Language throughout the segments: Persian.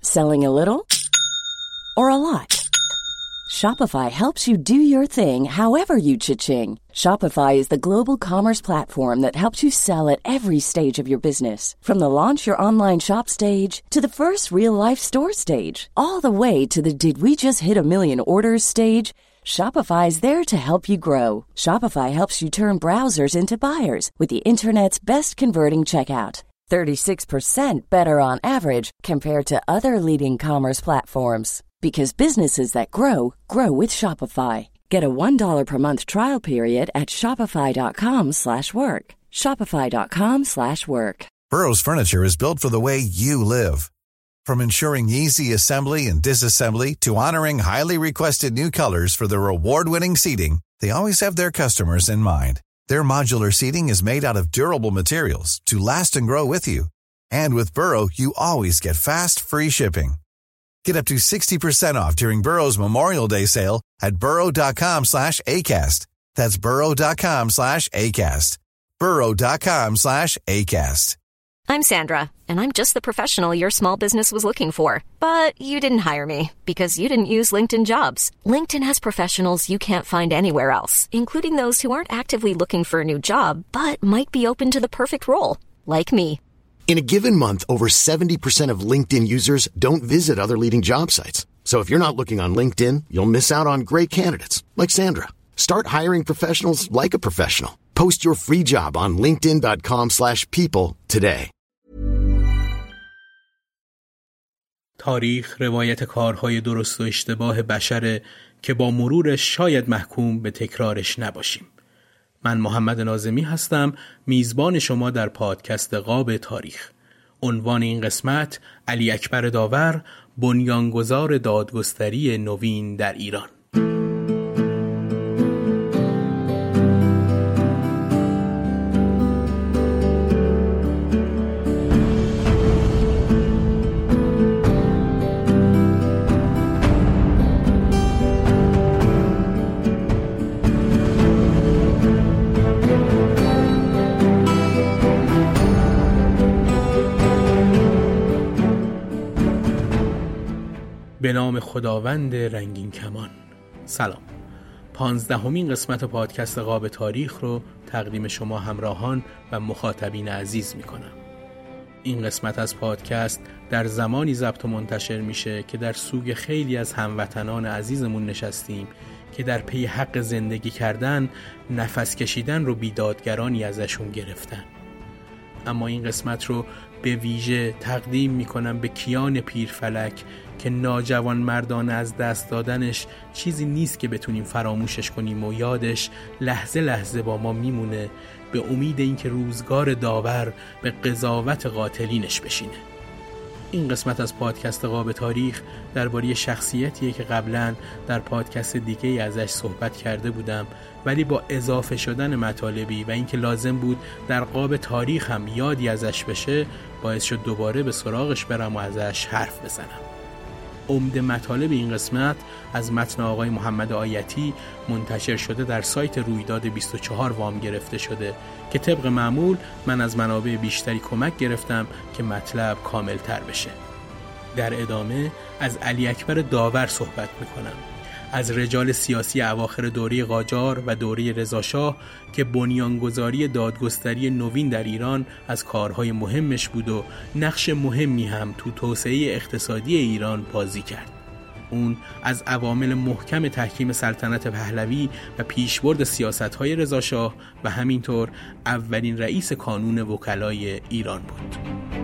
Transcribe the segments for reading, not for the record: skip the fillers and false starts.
Selling a little or a lot? Shopify helps you do your thing however you cha-ching. Shopify is the global commerce platform that helps you sell at every stage of your business. From the launch your online shop stage to the first real-life store stage, all the way to the did we just hit a million orders stage. Shopify is there to help you grow. Shopify helps you turn browsers into buyers with the internet's best converting checkout. 36% better on average compared to other leading commerce platforms. Because businesses that grow, grow with Shopify. Get a $1 per month trial period at shopify.com/work. Shopify.com/work. Burrow's furniture is built for the way you live. From ensuring easy assembly and disassembly to honoring highly requested new colors for their award-winning seating, they always have their customers in mind. Their modular seating is made out of durable materials to last and grow with you. And with Burrow, you always get fast, free shipping. Get up to 60% off during Burrow's Memorial Day sale at burrow.com/ACAST. That's burrow.com/ACAST. burrow.com/ACAST. I'm Sandra, and I'm just the professional your small business was looking for. But you didn't hire me because you didn't use LinkedIn Jobs. LinkedIn has professionals you can't find anywhere else, including those who aren't actively looking for a new job, but might be open to the perfect role, like me. In a given month, over 70% of LinkedIn users don't visit other leading job sites. So if you're not looking on LinkedIn, you'll miss out on great candidates like Sandra. Start hiring professionals like a professional. Post your free job on linkedin.com/people today. تاریخ روایت کارهای درست و اشتباه بشره که با مرورش شاید محکوم به تکرارش نباشیم. من محمد ناظمی هستم، میزبان شما در پادکست قاب تاریخ. عنوان این قسمت: علی اکبر داور، بنیانگذار دادگستری نوین در ایران. به نام خداوند رنگین کمان. سلام. 15مین قسمت پادکست قاب تاریخ رو تقدیم شما همراهان و مخاطبین عزیز میکنم. این قسمت از پادکست در زمانی ضبط و منتشر میشه که در سوگ خیلی از هموطنان عزیزمون نشستیم که در پی حق زندگی کردن، نفس کشیدن رو بیدادگرانی ازشون گرفتن. اما این قسمت رو به ویژه تقدیم میکنم به کیان پیرفلک که ناجوان مردانه از دست دادنش چیزی نیست که بتونیم فراموشش کنیم و یادش لحظه لحظه با ما میمونه، به امید اینکه روزگار داور به قضاوت قاتلینش بشینه. این قسمت از پادکست قاب تاریخ درباره شخصیتیه که قبلا در پادکست دیگه‌ای ازش صحبت کرده بودم، ولی با اضافه شدن مطالبی و اینکه لازم بود در قاب تاریخ هم یادی ازش بشه، باعث شد دوباره به سراغش برم و ازش حرف بزنم. عمده مطالب این قسمت از متن آقای محمد آیتی منتشر شده در سایت رویداد 24 وام گرفته شده که طبق معمول من از منابع بیشتری کمک گرفتم که مطلب کامل تر بشه. در ادامه از علی اکبر داور صحبت میکنم، از رجال سیاسی اواخر دوره قاجار و دوره رضاشاه که بنیانگذاری دادگستری نوین در ایران از کارهای مهمش بود و نقش مهمی هم تو توسعه اقتصادی ایران بازی کرد. اون از عوامل محکم تحکیم سلطنت پهلوی و پیشبرد سیاست‌های رضاشاه و همینطور اولین رئیس کانون وکلای ایران بود.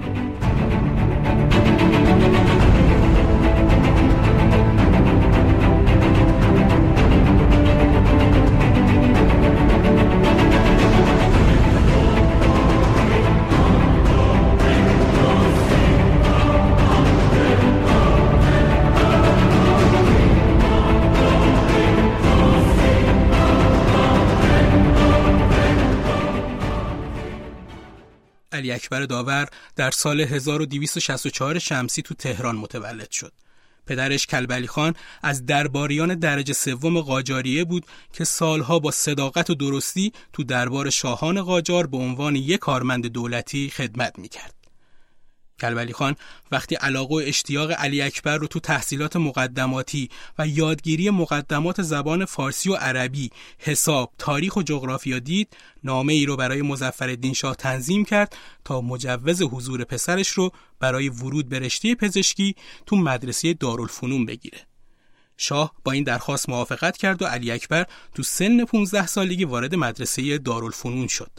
علی اکبر داور در سال 1264 شمسی تو تهران متولد شد. پدرش کلبلی خان از درباریان درجه سوم قاجاریه بود که سالها با صداقت و درستی تو دربار شاهان قاجار به عنوان یک کارمند دولتی خدمت میکرد. کلبلی خان وقتی علاقه و اشتیاق علی اکبر رو تو تحصیلات مقدماتی و یادگیری مقدمات زبان فارسی و عربی، حساب، تاریخ و جغرافیا دید، نامه ای رو برای مظفرالدین شاه تنظیم کرد تا مجوز حضور پسرش رو برای ورود به رشته پزشکی تو مدرسه دارالفنون بگیره. شاه با این درخواست موافقت کرد و علی اکبر تو سن 15 سالگی وارد مدرسه دارالفنون شد.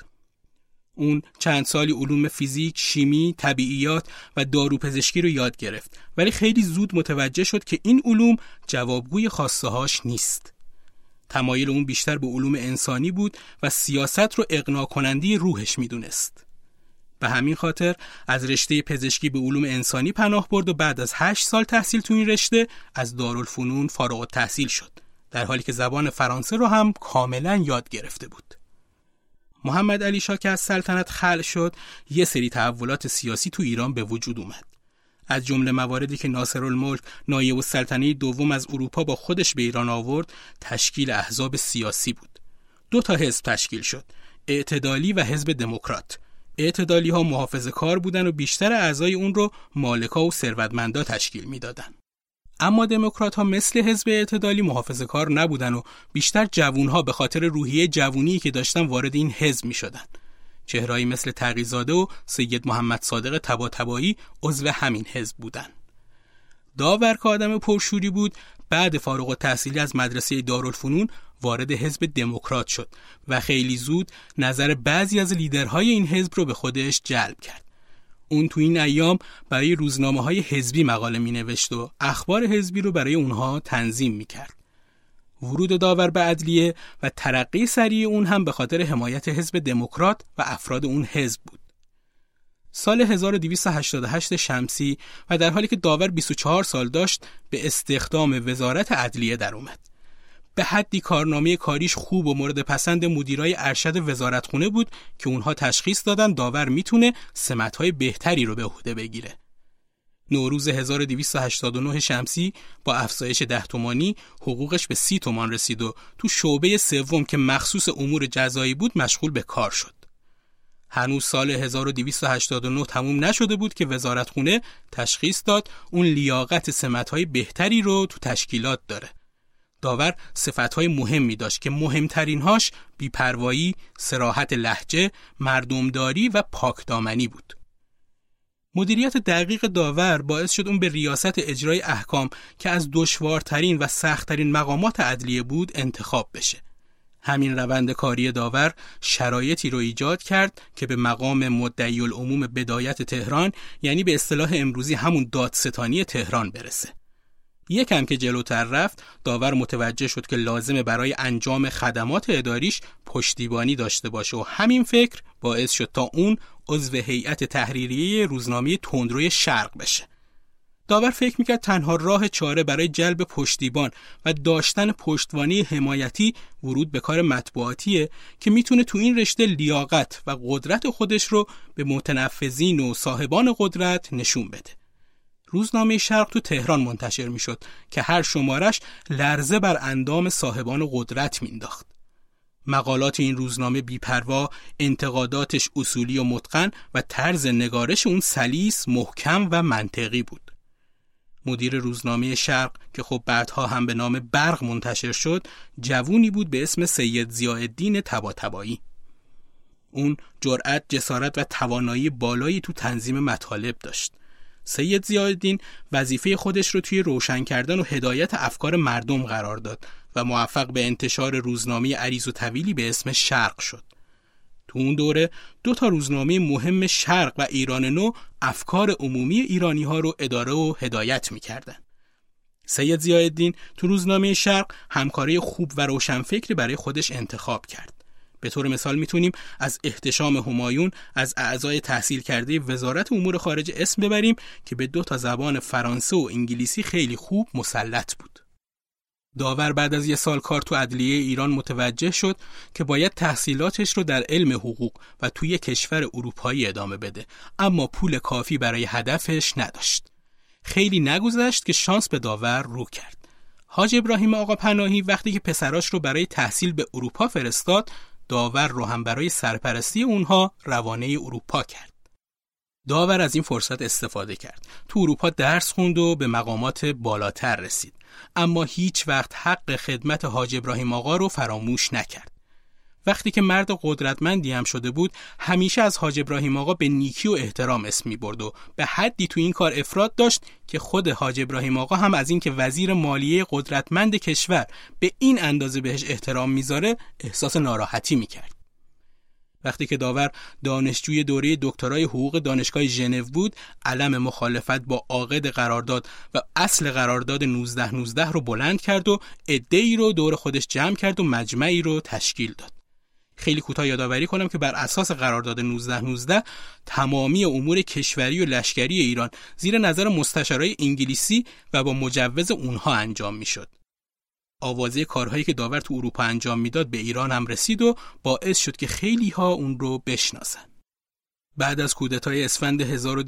اون چند سالی علوم فیزیک، شیمی، طبیعیات و داروپزشکی رو یاد گرفت، ولی خیلی زود متوجه شد که این علوم جوابگوی خواسته هاش نیست. تمایل اون بیشتر به علوم انسانی بود و سیاست رو اقناع کننده روحش میدونست. به همین خاطر از رشته پزشکی به علوم انسانی پناه برد و بعد از 8 سال تحصیل تو این رشته از دارالفنون فارغ التحصیل شد، در حالی که زبان فرانسه رو هم کاملا یاد گرفته بود. محمد علی شاه که از سلطنت خلع شد، یه سری تحولات سیاسی تو ایران به وجود اومد. از جمله مواردی که ناصرالملک نایب السلطنه دوم از اروپا با خودش به ایران آورد، تشکیل احزاب سیاسی بود. 2 حزب تشکیل شد، اعتدالی و حزب دموکرات. اعتدالی ها محافظه‌کار بودن و بیشتر اعضای اون رو مالکا و ثروتمندا تشکیل میدادن. اما دموکرات ها مثل حزب اعتدالی محافظه‌کار نبودن و بیشتر جوانها به خاطر روحیه جوونی که داشتن وارد این حزب می‌شدن. چهرهایی مثل تقی‌زاده و سید محمد صادق طباطبایی عضو همین حزب بودن. داور که آدم پرشوری بود، بعد فارغ التحصیلی از مدرسه دارالفنون وارد حزب دموکرات شد و خیلی زود نظر بعضی از لیدرهای این حزب رو به خودش جلب کرد. اون تو این ایام برای روزنامه‌های حزبی مقاله می‌نوشت و اخبار حزبی رو برای اونها تنظیم می‌کرد. ورود داور به عدلیه و ترقی سریع اون هم به خاطر حمایت حزب دموکرات و افراد اون حزب بود. سال 1288 شمسی و در حالی که داور 24 سال داشت، به استخدام وزارت عدلیه در اومد. به حدی کارنامه کاریش خوب و مورد پسند مدیرای ارشد وزارتخونه بود که اونها تشخیص دادن داور میتونه سمت‌های بهتری رو به عهده بگیره. نوروز 1289 شمسی با افزایش 10 تومانی حقوقش به 30 تومان رسید و تو شعبه سوم که مخصوص امور جزایی بود مشغول به کار شد. هنوز سال 1289 تموم نشده بود که وزارتخونه تشخیص داد اون لیاقت سمت‌های بهتری رو تو تشکیلات داره. داور صفت‌های مهمی داشت که مهمترین‌هاش بی‌پروایی، صراحت لهجه، مردمداری و پاکدامنی بود. مدیریت دقیق داور باعث شد اون به ریاست اجرای احکام که از دشوارترین و سخت‌ترین مقامات عدلیه بود انتخاب بشه. همین روند کاری داور شرایطی رو ایجاد کرد که به مقام مدعی العموم بدایت تهران، یعنی به اصطلاح امروزی همون دادستانی تهران برسه. یکم که جلوتر رفت، داور متوجه شد که لازمه برای انجام خدمات اداریش پشتیبانی داشته باشه و همین فکر باعث شد تا اون عضو هیئت تحریریه روزنامه تندروی شرق بشه. داور فکر میکرد تنها راه چاره برای جلب پشتیبان و داشتن پشتوانه حمایتی ورود به کار مطبوعاتیه که میتونه تو این رشته لیاقت و قدرت خودش رو به متنفذین و صاحبان قدرت نشون بده. روزنامه شرق تو تهران منتشر میشد که هر شمارش لرزه بر اندام صاحبان قدرت مینداخت. مقالات این روزنامه بی‌پروا، انتقاداتش اصولی و متقن و طرز نگارش اون سلیس، محکم و منطقی بود. مدیر روزنامه شرق که خب بعدها هم به نام برق منتشر شد، جوونی بود به اسم سید ضیاءالدین طباطبایی. اون جرأت، جسارت و توانایی بالایی تو تنظیم مطالب داشت. سید ضیاءالدین وظیفه خودش رو توی روشن کردن و هدایت افکار مردم قرار داد و موفق به انتشار روزنامه عریض و طویلی به اسم شرق شد. تو اون دوره 2 روزنامه مهم شرق و ایران نو افکار عمومی ایرانی ها رو اداره و هدایت می‌کردن. سید ضیاءالدین تو روزنامه شرق همکاری خوب و روشنفکری برای خودش انتخاب کرد. به طور مثال میتونیم از احتشام همایون از اعضای تحصیل کرده وزارت امور خارجه اسم ببریم که به 2 زبان فرانسه و انگلیسی خیلی خوب مسلط بود. داور بعد از 1 سال کار تو عدلیه ایران متوجه شد که باید تحصیلاتش رو در علم حقوق و توی کشور اروپایی ادامه بده، اما پول کافی برای هدفش نداشت. خیلی نگذشت که شانس به داور رو کرد. حاج ابراهیم آقا پناهی وقتی که پسراش رو برای تحصیل به اروپا فرستاد، داور رو هم برای سرپرستی اونها روانه اروپا کرد. داور از این فرصت استفاده کرد. تو اروپا درس خوند و به مقامات بالاتر رسید، اما هیچ وقت حق خدمت حاج ابراهیم آقا رو فراموش نکرد. وقتی که مرد قدرتمندی هم شده بود، همیشه از حاج ابراهیم آقا به نیکی و احترام اسم می‌برد و به حدی تو این کار افراط داشت که خود حاج ابراهیم آقا هم از این که وزیر مالیه قدرتمند کشور به این اندازه بهش احترام میذاره احساس ناراحتی میکرد. وقتی که داور دانشجوی دوره دکترای حقوق دانشگاه ژنو بود، علم مخالفت با عقد قرارداد و اصل قرارداد 1919 رو بلند کرد و عده‌ای رو دور خودش جمع کرد و مجمعی رو تشکیل داد. خیلی کوتاه یادآوری کنم که بر اساس قرارداد 1919 تمامی امور کشوری و لشکری ایران زیر نظر مستشارای انگلیسی و با مجوز اونها انجام میشد. آوازه کارهایی که داور تو اروپا انجام میداد به ایران هم رسید و باعث شد که خیلی ها اون رو بشناسن. بعد از کودتای اسفند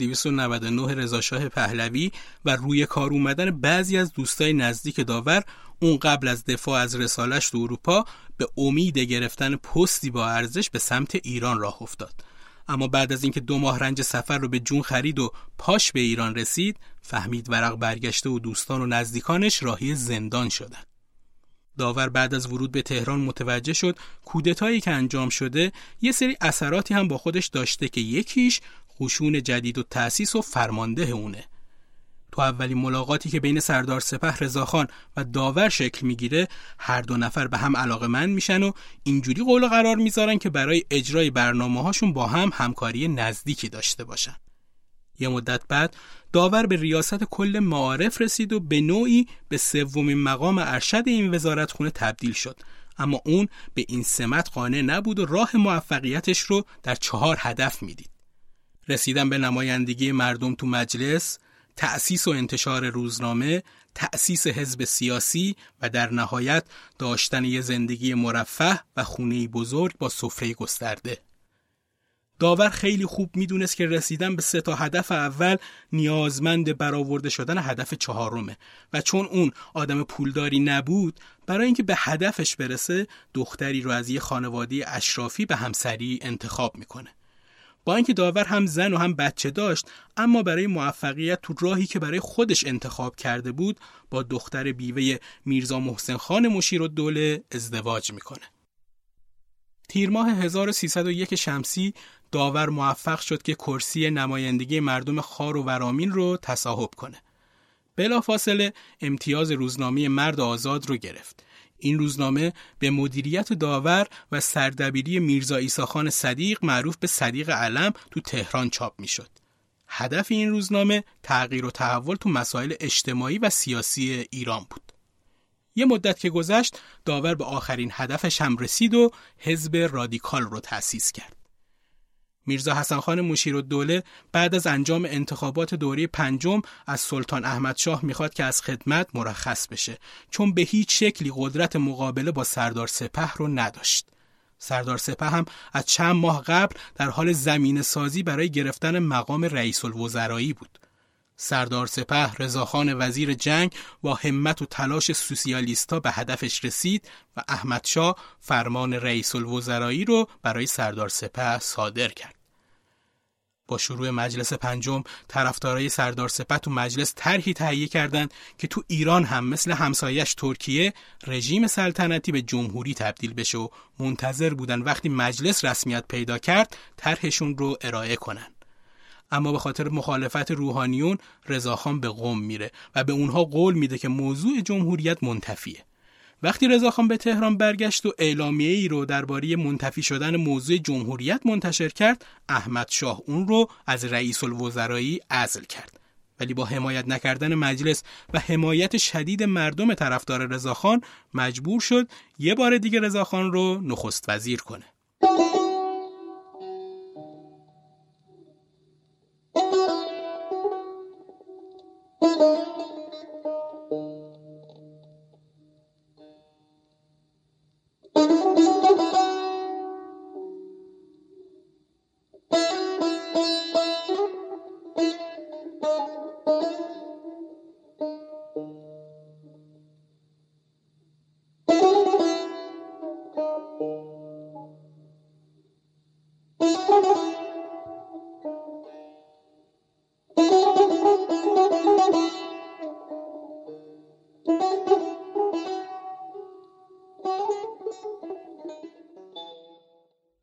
1299 رضاشاه پهلوی و روی کار اومدن بعضی از دوستای نزدیک داور، اون قبل از دفاع از رسالش تو اروپا به امید گرفتن پستی با ارزش به سمت ایران راه افتاد. اما بعد از اینکه 2 ماه رنج سفر رو به جون خرید و پاش به ایران رسید، فهمید ورق برگشته و دوستان و نزدیکانش راهی زندان شدن. داور بعد از ورود به تهران متوجه شد کودتایی که انجام شده یه سری اثراتی هم با خودش داشته که یکیش خشون جدید و تأسیس و فرمانده اونه. تو اولین ملاقاتی که بین سردار سپه رضاخان و داور شکل میگیره، هر دو نفر به هم علاقه‌مند میشن و اینجوری قول قرار میذارن که برای اجرای برنامه‌هاشون با هم همکاری نزدیکی داشته باشن. یه مدت بعد داور به ریاست کل معارف رسید و به نوعی به 3مین مقام ارشد این وزارتخونه تبدیل شد، اما اون به این سمت قانع نبود و راه موفقیتش رو در 4 هدف میدید: رسیدن به نمایندگی مردم تو مجلس، تأسیس و انتشار روزنامه، تأسیس حزب سیاسی و در نهایت داشتن یه زندگی مرفه و خونه‌ای بزرگ با سفره گسترده. داور خیلی خوب میدونست که رسیدن به 3 هدف اول نیازمند برآورده شدن هدف 4 و چون اون آدم پولداری نبود، برای اینکه به هدفش برسه دختری رو از یه خانواده اشرافی به همسری انتخاب میکنه. با اینکه داور هم زن و هم بچه داشت، اما برای موفقیت تو راهی که برای خودش انتخاب کرده بود با دختر بیوه میرزا محسن خان مشیرالدوله ازدواج میکنه. تیر ماه 1301 شمسی داور موفق شد که کرسی نمایندگی مردم خار و ورامین رو تصاحب کنه. بلافاصله امتیاز روزنامه مرد آزاد رو گرفت. این روزنامه به مدیریت داور و سردبیری میرزا عیسی‌خان صدیق معروف به صدیق علم تو تهران چاپ میشد. هدف این روزنامه تغییر و تحول تو مسائل اجتماعی و سیاسی ایران بود. یه مدت که گذشت، داور به آخرین هدفش هم رسید و حزب رادیکال رو تأسیس کرد. میرزا حسن خان مشیرالدوله بعد از انجام انتخابات دوره 5 از سلطان احمدشاه میخواد که از خدمت مرخص بشه، چون به هیچ شکلی قدرت مقابله با سردار سپه رو نداشت. سردار سپه هم از چند ماه قبل در حال زمینه سازی برای گرفتن مقام رئیس الوزرایی بود. سردار سپه رضاخان وزیر جنگ با همت و تلاش سوسیالیستا به هدفش رسید و احمدشاه فرمان رئیس الوزرایی رو برای سردار سپه صادر کرد. با شروع مجلس 5 طرفدارای سردار سپه تو مجلس طرحی تهیه کردند که تو ایران هم مثل همسایش ترکیه رژیم سلطنتی به جمهوری تبدیل بشه و منتظر بودن وقتی مجلس رسمیت پیدا کرد طرحشون رو ارائه کنن. اما به خاطر مخالفت روحانیون رضاخان به قم میره و به اونها قول میده که موضوع جمهوریت منتفیه. وقتی رضاخان به تهران برگشت و اعلامیه‌ای رو درباره منتفی شدن موضوع جمهوریت منتشر کرد، احمد شاه اون رو از رئیس الوزرایی عزل کرد. ولی با حمایت نکردن مجلس و حمایت شدید مردم طرفدار رضاخان مجبور شد یه بار دیگه رضاخان رو نخست وزیر کنه.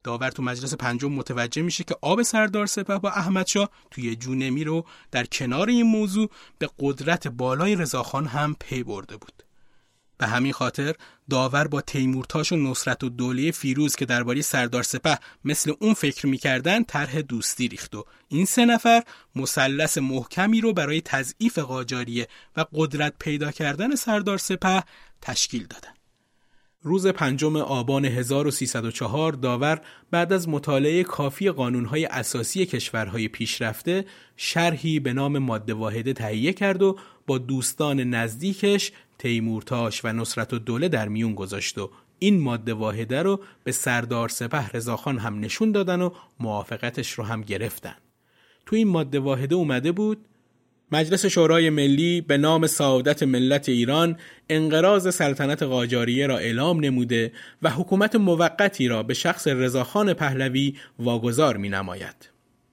داور تو مجلس پنجم متوجه میشه که آب سردار سپه با احمدشاه توی جو نمیره و در کنار این موضوع به قدرت بالای رضاخان هم پی برده بود. به همین خاطر داور با تیمورتاش و نصرتالدوله فیروز که درباره سردار سپه مثل اون فکر میکردن طرح دوستی ریخت و این سه نفر مثلث محکمی رو برای تضعیف قاجاریه و قدرت پیدا کردن سردار سپه تشکیل دادن. روز 5 آبان 1304 داور بعد از مطالعه کافی قانونهای اساسی کشورهای پیشرفته شرحی به نام ماده واحده تهیه کرد و با دوستان نزدیکش تیمورتاش و نصرتالدوله در میون گذاشت و این ماده واحده رو به سردار سپه رضاخان هم نشون دادن و موافقتش رو هم گرفتن. تو این ماده واحده اومده بود مجلس شورای ملی به نام سعادت ملت ایران انقراض سلطنت قاجاریه را اعلام نموده و حکومت موقتی را به شخص رضاخان پهلوی واگذار می نماید.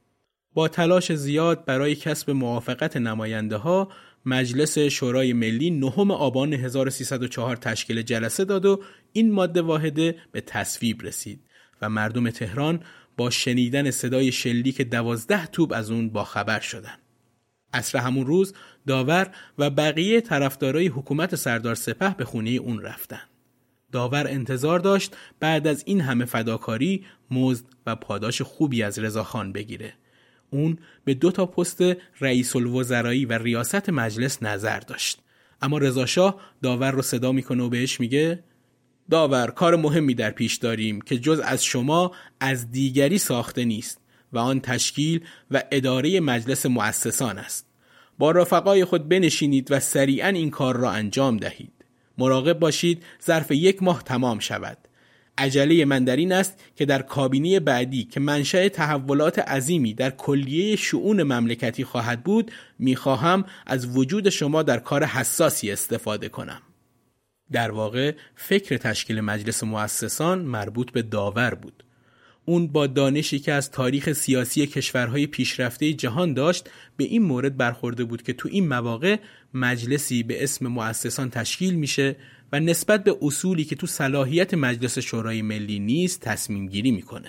با تلاش زیاد برای کسب موافقت نماینده ها مجلس شورای ملی 9 آبان 1304 تشکیل جلسه داد و این ماده واحده به تصویب رسید و مردم تهران با شنیدن صدای شلیک 12 توپ از اون باخبر شدند. عصر همون روز داور و بقیه طرفدارای حکومت سردار سپه به خونه اون رفتن. داور انتظار داشت بعد از این همه فداکاری مزد و پاداش خوبی از رضاخان بگیره. اون به 2 پست رئیس الوزرایی و ریاست مجلس نظر داشت. اما رضاشاه داور رو صدا میکنه و بهش میگه داور کار مهمی در پیش داریم که جز از شما از دیگری ساخته نیست و آن تشکیل و اداره مجلس مؤسسان است. با رفقای خود بنشینید و سریعا این کار را انجام دهید. مراقب باشید ظرف 1 ماه تمام شود. عجله من در این است که در کابینه بعدی که منشأ تحولات عظیمی در کلیه شؤون مملکتی خواهد بود میخواهم از وجود شما در کار حساسی استفاده کنم. در واقع فکر تشکیل مجلس مؤسسان مربوط به داور بود. اون با دانشی که از تاریخ سیاسی کشورهای پیشرفته جهان داشت به این مورد برخورده بود که تو این مواقع مجلسی به اسم مؤسسان تشکیل میشه و نسبت به اصولی که تو صلاحیت مجلس شورای ملی نیست تصمیم گیری میکنه.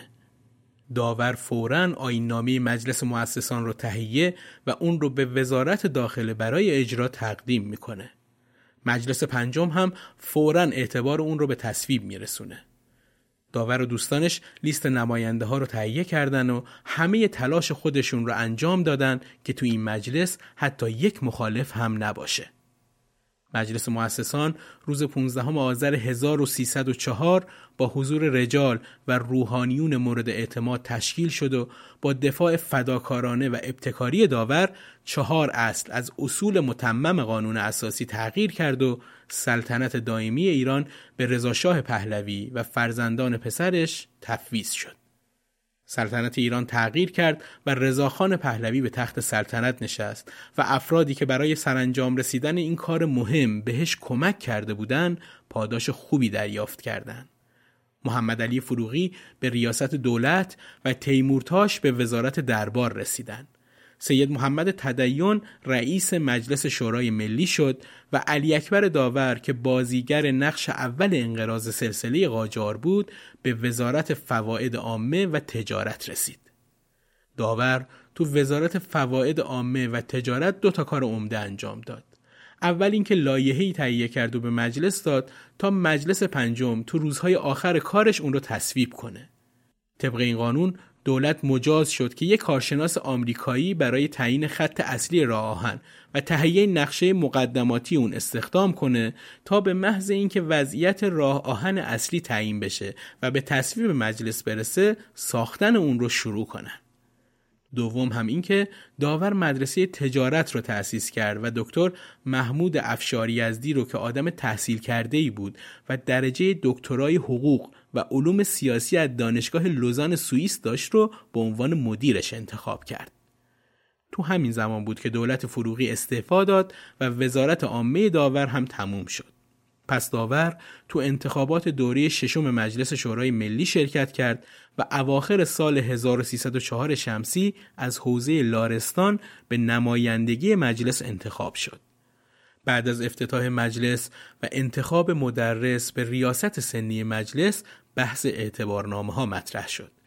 داور فوراً آیین‌نامه مجلس مؤسسان رو تهیه و اون رو به وزارت داخله برای اجرا تقدیم میکنه. مجلس 5 هم فوراً اعتبار اون رو به تصویب میرسونه. داور و دوستانش لیست نماینده ها رو تهیه کردن و همه تلاش خودشون رو انجام دادن که تو این مجلس حتی 1 مخالف هم نباشه. مجلس مؤسسان روز 15 آذر 1304 با حضور رجال و روحانیون مورد اعتماد تشکیل شد و با دفاع فداکارانه و ابتکاری داور 4 اصل از اصول متمم قانون اساسی تغییر کرد و سلطنت دائمی ایران به رضاشاه پهلوی و فرزندان پسرش تفویض شد. سلطنت ایران تغییر کرد و رضاخان پهلوی به تخت سلطنت نشست و افرادی که برای سرانجام رسیدن این کار مهم بهش کمک کرده بودند پاداش خوبی دریافت کردند. محمد علی فروغی به ریاست دولت و تیمورتاش به وزارت دربار رسیدند. سید محمد تدین رئیس مجلس شورای ملی شد و علی اکبر داور که بازیگر نقش اول انقراض سلسله قاجار بود به وزارت فواید عامه و تجارت رسید. داور تو وزارت فواید عامه و تجارت 2 کار عمده انجام داد. اول اینکه لایحه‌ای تهیه کرد و به مجلس داد تا مجلس 5 تو روزهای آخر کارش اون رو تصویب کنه. طبق این قانون دولت مجاز شد که یک کارشناس آمریکایی برای تعیین خط اصلی راه آهن و تهیه نقشه مقدماتی اون استخدام کنه تا به محض اینکه وضعیت راه آهن اصلی تعیین بشه و به تصویب مجلس برسه ساختن اون رو شروع کنن. دوم هم این که داور مدرسه تجارت رو تأسیس کرد و دکتر محمود افشاری یزدی رو که آدم تحصیل کرده‌ای بود و درجه دکترای حقوق و علوم سیاسی از دانشگاه لوزان سوئیس داشت رو به عنوان مدیرش انتخاب کرد. تو همین زمان بود که دولت فروغی استعفا داد و وزارت عامه داور هم تموم شد. پس داور تو انتخابات دوره 6 مجلس شورای ملی شرکت کرد و اواخر سال 1304 شمسی از حوزه لارستان به نمایندگی مجلس انتخاب شد. بعد از افتتاح مجلس و انتخاب مدرس به ریاست سنی مجلس بحث اعتبارنامه ها مطرح شد.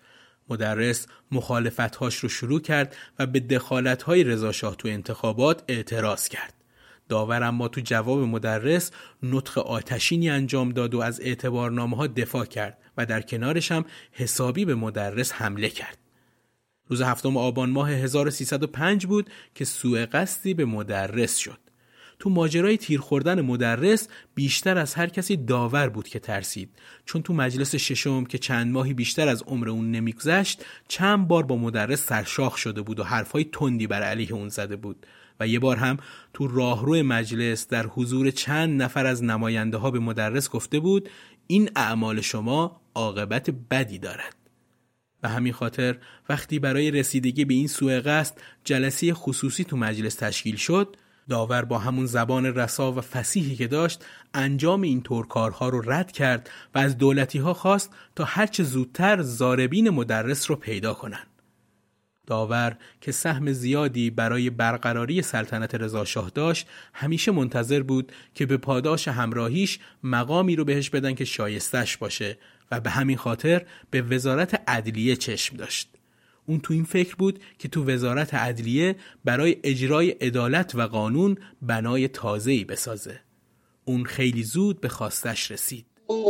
مدرس مخالفت‌هاش رو شروع کرد و به دخالت‌های رضاشاه تو انتخابات اعتراض کرد. داور اما تو جواب مدرس نطق آتشینی انجام داد و از اعتبارنامه‌ها دفاع کرد و در کنارش هم حسابی به مدرس حمله کرد. روز 7 آبان ماه 1305 بود که سوء قصدی به مدرس شد. تو ماجرای تیر خوردن مدرس بیشتر از هر کسی داور بود که ترسید، چون تو مجلس ششم که چند ماهی بیشتر از عمر اون نمیگذشت چند بار با مدرس سرشاخ شده بود و حرفای تندی بر علیه اون زده بود و یه بار هم تو راهرو مجلس در حضور چند نفر از نماینده ها به مدرس گفته بود این اعمال شما عاقبت بدی دارد. به همین خاطر وقتی برای رسیدگی به این سوء قصد جلسه خصوصی تو مجلس تشکیل شد، داور با همون زبان رسا و فصیحی که داشت انجام این طور کارها رو رد کرد و از دولتی ها خواست تا هرچه زودتر ضاربین مدرس رو پیدا کنن. داور که سهم زیادی برای برقراری سلطنت رضاشاه داشت همیشه منتظر بود که به پاداش همراهیش مقامی رو بهش بدن که شایستش باشه و به همین خاطر به وزارت عدلیه چشم داشت. اون تو این فکر بود که تو وزارت عدلیه برای اجرای عدالت و قانون بنای تازه‌ای بسازه. اون خیلی زود به خواستش رسید.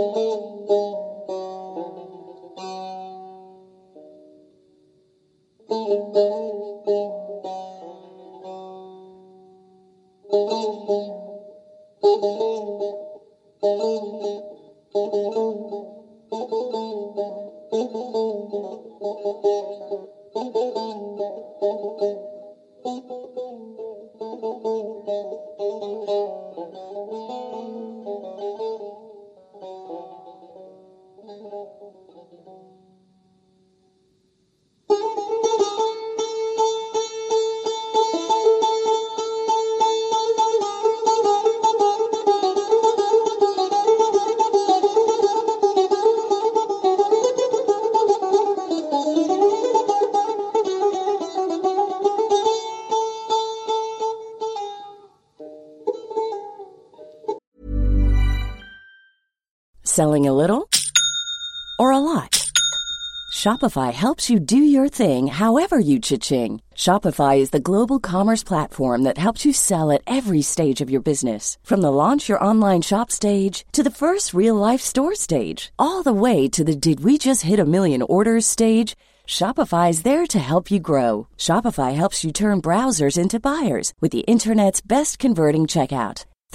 Selling a little or a lot? Shopify helps you do your thing however you cha-ching. Shopify is the global commerce platform that helps you sell at every stage of your business. From the launch your online shop stage to the first real-life store stage, all the way to the did we just hit a million orders stage. Shopify is there to help you grow. Shopify helps you turn browsers into buyers with the internet's best converting checkout.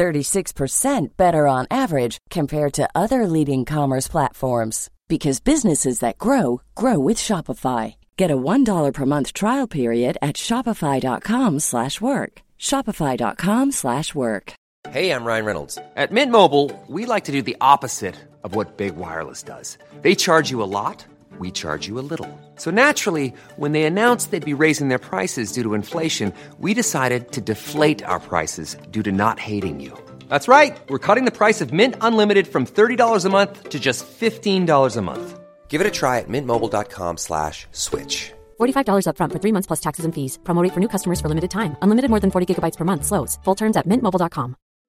36% better on average compared to other leading commerce platforms. Because businesses that grow, grow with Shopify. Get a $1 per month trial period at shopify.com/work. Shopify.com/work. Hey, I'm Ryan Reynolds. At Mint Mobile, we like to do the opposite of what Big Wireless does. They charge you a lot. We charge you a little. So naturally, when they announced they'd be raising their prices due to inflation, we decided to deflate our prices due to not hating you. That's right. We're cutting the price of Mint Unlimited from $30 a month to just $15 a month. Give it a try at mintmobile.com/switch. $45 up front for 3 months plus taxes and fees. Promo rate for new customers for limited time. Unlimited more than 40 gigabytes per month. Slows full terms at mintmobile.com.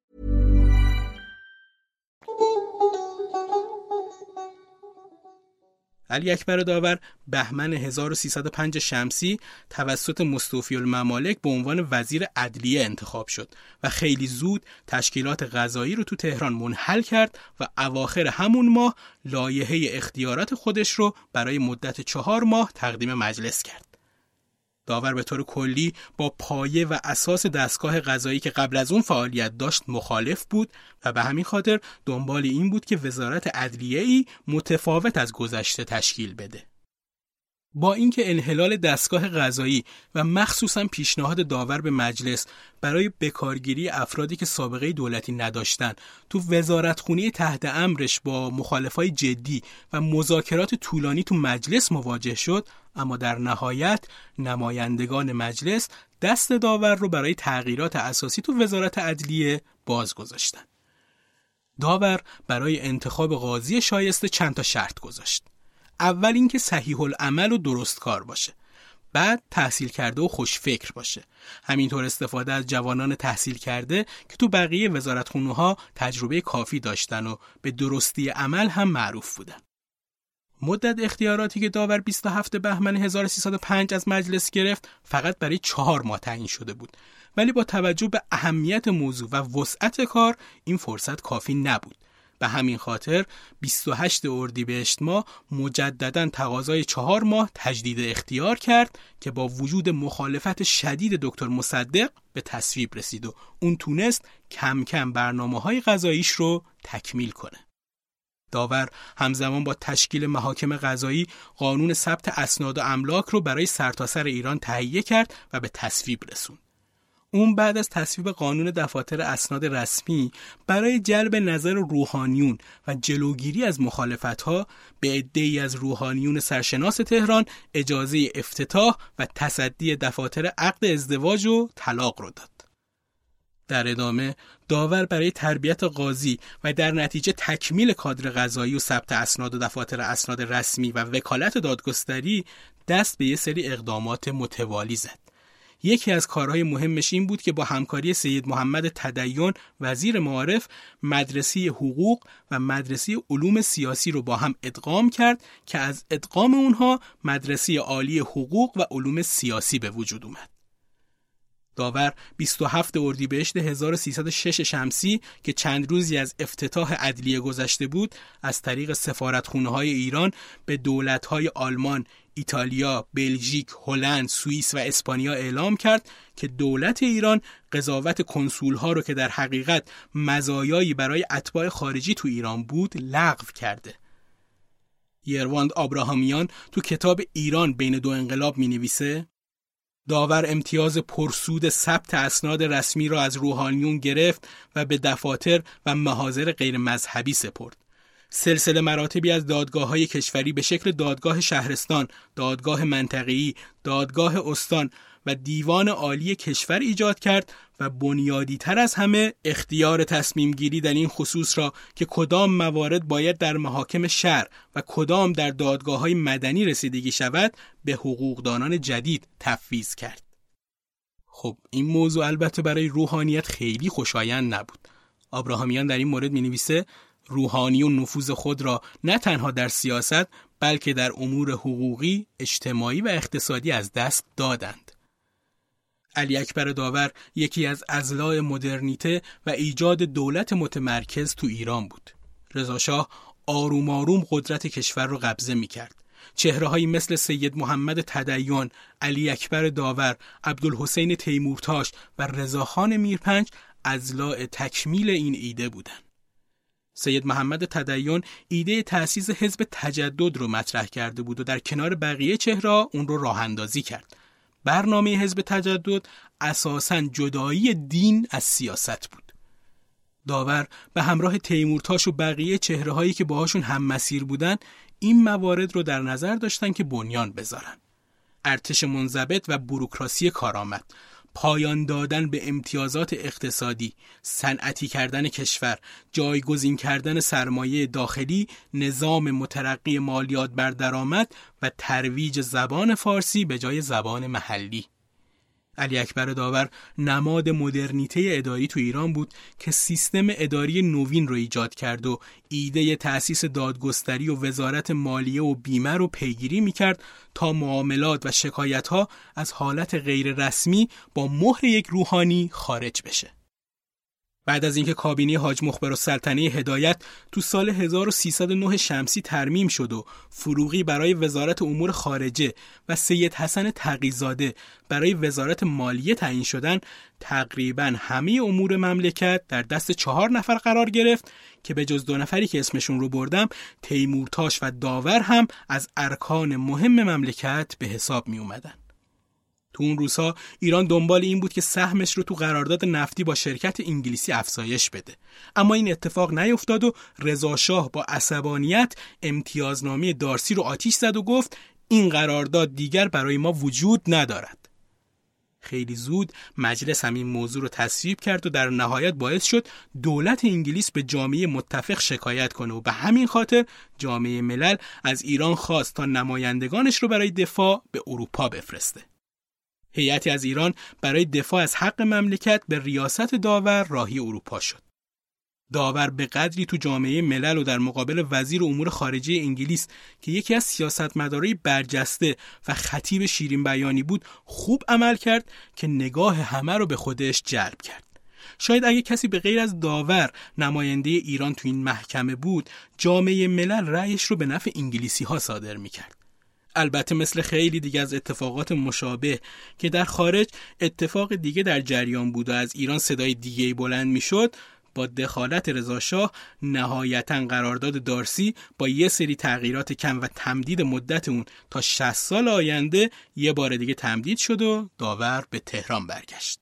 علی اکبر داور بهمن 1305 شمسی توسط مستوفی الممالک به عنوان وزیر عدلیه انتخاب شد و خیلی زود تشکیلات قضایی رو تو تهران منحل کرد و اواخر همون ماه لایحه اختیارات خودش رو برای مدت 4 ماه تقدیم مجلس کرد. داور به طور کلی با پایه و اساس دستگاه قضایی که قبل از اون فعالیت داشت مخالف بود و به همین خاطر دنبال این بود که وزارت عدلیه‌ای متفاوت از گذشته تشکیل بده. با اینکه انحلال دستگاه قضایی و مخصوصاً پیشنهاد داور به مجلس برای بکارگیری افرادی که سابقه دولتی نداشتن تو وزارتخونه تحت امرش با مخالفای جدی و مذاکرات طولانی تو مجلس مواجه شد، اما در نهایت نمایندگان مجلس دست داور رو برای تغییرات اساسی تو وزارت عدلیه باز گذاشتن. داور برای انتخاب قاضی شایسته چند تا شرط گذاشت. اول اینکه صحیح العمل و درست کار باشه، بعد تحصیل کرده و خوش فکر باشه، همینطور استفاده از جوانان تحصیل کرده که تو بقیه وزارتخونه‌ها تجربه کافی داشتن و به درستی عمل هم معروف بودن. مدت اختیاراتی که داور 27 بهمن 1305 از مجلس گرفت فقط برای 4 ماه تعیین شده بود، ولی با توجه به اهمیت موضوع و وسعت کار این فرصت کافی نبود. به همین خاطر 28 اردیبهشت ماه مجدداً تقاضای 4 ماه تجدید اختیار کرد که با وجود مخالفت شدید دکتر مصدق به تصویب رسید و اون تونست کم کم برنامه‌های قضاییش رو تکمیل کنه. داور همزمان با تشکیل محاکم قضایی قانون ثبت اسناد و املاک رو برای سرتاسر ایران تهیه کرد و به تصویب رسوند. اون بعد از تصویب قانون دفاتر اسناد رسمی برای جلب نظر روحانیون و جلوگیری از مخالفت‌ها به عده‌ای از روحانیون سرشناس تهران اجازه افتتاح و تصدی دفاتر عقد ازدواج و طلاق رو داد. در ادامه داور برای تربیت قاضی و در نتیجه تکمیل کادر قضایی و ثبت اسناد و دفاتر اسناد رسمی و وکالت دادگستری دست به یه سری اقدامات متوالی زد. یکی از کارهای مهمش این بود که با همکاری سید محمد تدین وزیر معارف مدرسه حقوق و مدرسه علوم سیاسی رو با هم ادغام کرد که از ادغام اونها مدرسه عالی حقوق و علوم سیاسی به وجود اومد. داور 27 اردیبهشت 1306 شمسی که چند روزی از افتتاح عدلیه گذشته بود از طریق سفارتخونه‌های ایران به دولت‌های آلمان، ایتالیا، بلژیک، هلند، سوئیس و اسپانیا اعلام کرد که دولت ایران قضاوت کنسول‌ها رو که در حقیقت مزایایی برای اتباع خارجی تو ایران بود لغو کرده. یرواند آبراهامیان تو کتاب ایران بین دو انقلاب می‌نویسه داور امتیاز پرسود ثبت اسناد رسمی را از روحانیون گرفت و به دفاتر و محاضر غیر مذهبی سپرد. سلسله مراتبی از دادگاه‌های کشوری به شکل دادگاه شهرستان، دادگاه منطقه‌ای، دادگاه استان و دیوان عالی کشور ایجاد کرد و بنیادی تر از همه اختیار تصمیم گیری در این خصوص را که کدام موارد باید در محاکم شرع و کدام در دادگاه‌های مدنی رسیدگی شود به حقوقدانان جدید تفویض کرد. خب این موضوع البته برای روحانیت خیلی خوشایند نبود. آبراهامیان در این مورد می‌نویسه روحانیون نفوذ خود را نه تنها در سیاست بلکه در امور حقوقی، اجتماعی و اقتصادی از دست دادند. علی اکبر داور یکی از اضلاع مدرنیته و ایجاد دولت متمرکز تو ایران بود. رضا شاه آروم آروم قدرت کشور رو قبضه می کرد. چهره‌هایی مثل سید محمد تدین، علی اکبر داور، عبدالحسین تیمورتاش و رضاخان میرپنج اضلاع تکمیل این ایده بودند. سید محمد تدین ایده تأسیس حزب تجدد رو مطرح کرده بود و در کنار بقیه چهره‌ها اون رو راه اندازی کرد. برنامه حزب تجدد اساساً جدایی دین از سیاست بود. داور به همراه تیمورتاش و بقیه چهره‌هایی که باهاشون هم مسیر بودن این موارد رو در نظر داشتن که بنیان بذارن. ارتش منضبط و بوروکراسی کارآمد، پایان دادن به امتیازات اقتصادی، صنعتی کردن کشور، جایگزین کردن سرمایه داخلی، نظام مترقی مالیات بر درآمد و ترویج زبان فارسی به جای زبان محلی. علی اکبر داور نماد مدرنیته اداری تو ایران بود که سیستم اداری نوین رو ایجاد کرد و ایده تأسیس دادگستری و وزارت مالیه و بیمه رو پیگیری میکرد تا معاملات و شکایت‌ها از حالت غیر رسمی با مهر یک روحانی خارج بشه. بعد از اینکه کابینه حاج مخبرالسلطنه هدایت تو سال 1309 شمسی ترمیم شد و فروغی برای وزارت امور خارجه و سید حسن تقی‌زاده برای وزارت مالیه تعیین شدن، تقریباً همه امور مملکت در دست 4 نفر قرار گرفت که به جز 2 نفری که اسمشون رو بردم، تیمورتاش و داور هم از ارکان مهم مملکت به حساب می اومدن. تو اون روزها ایران دنبال این بود که سهمش رو تو قرارداد نفتی با شرکت انگلیسی افزایش بده، اما این اتفاق نیفتاد و رضا شاه با عصبانیت امتیازنامه دارسی رو آتیش زد و گفت این قرارداد دیگر برای ما وجود ندارد. خیلی زود مجلس همین موضوع رو تصویب کرد و در نهایت باعث شد دولت انگلیس به جامعه متفق شکایت کنه و به همین خاطر جامعه ملل از ایران خواست تا نمایندگانش رو برای دفاع به اروپا بفرسته. هیئتی از ایران برای دفاع از حق مملکت به ریاست داور راهی اروپا شد. داور به قدری تو جامعه ملل و در مقابل وزیر امور خارجه انگلیس که یکی از سیاستمدارای برجسته و خطیب شیرین بیانی بود خوب عمل کرد که نگاه همه رو به خودش جلب کرد. شاید اگه کسی به غیر از داور نماینده ایران تو این محکمه بود، جامعه ملل رأیش رو به نفع انگلیسی ها صادر می‌کرد. البته مثل خیلی دیگه از اتفاقات مشابه که در خارج اتفاق دیگه در جریان بود و از ایران صدای دیگه‌ای بلند می‌شد، با دخالت رضاشاه نهایتاً قرارداد دارسی با یه سری تغییرات کم و تمدید مدت اون تا 60 سال آینده یه بار دیگه تمدید شد و داور به تهران برگشت.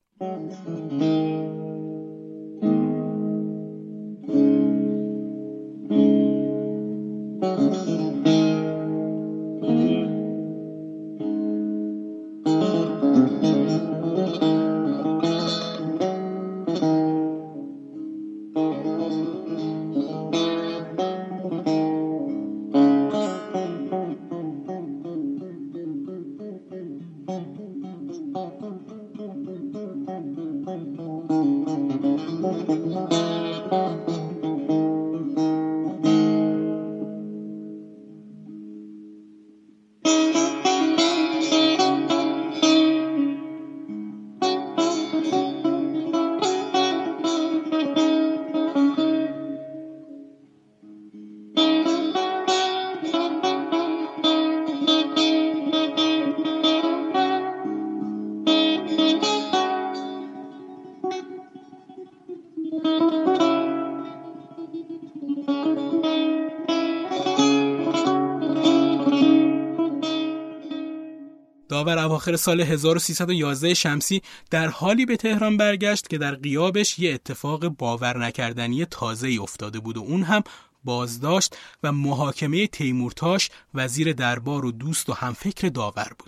داور اواخر سال 1311 شمسی در حالی به تهران برگشت که در غیابش یه اتفاق باور نکردنی تازه‌ای افتاده بود و اون هم بازداشت و محاکمه تیمورتاش وزیر دربار و دوست و همفکر داور بود.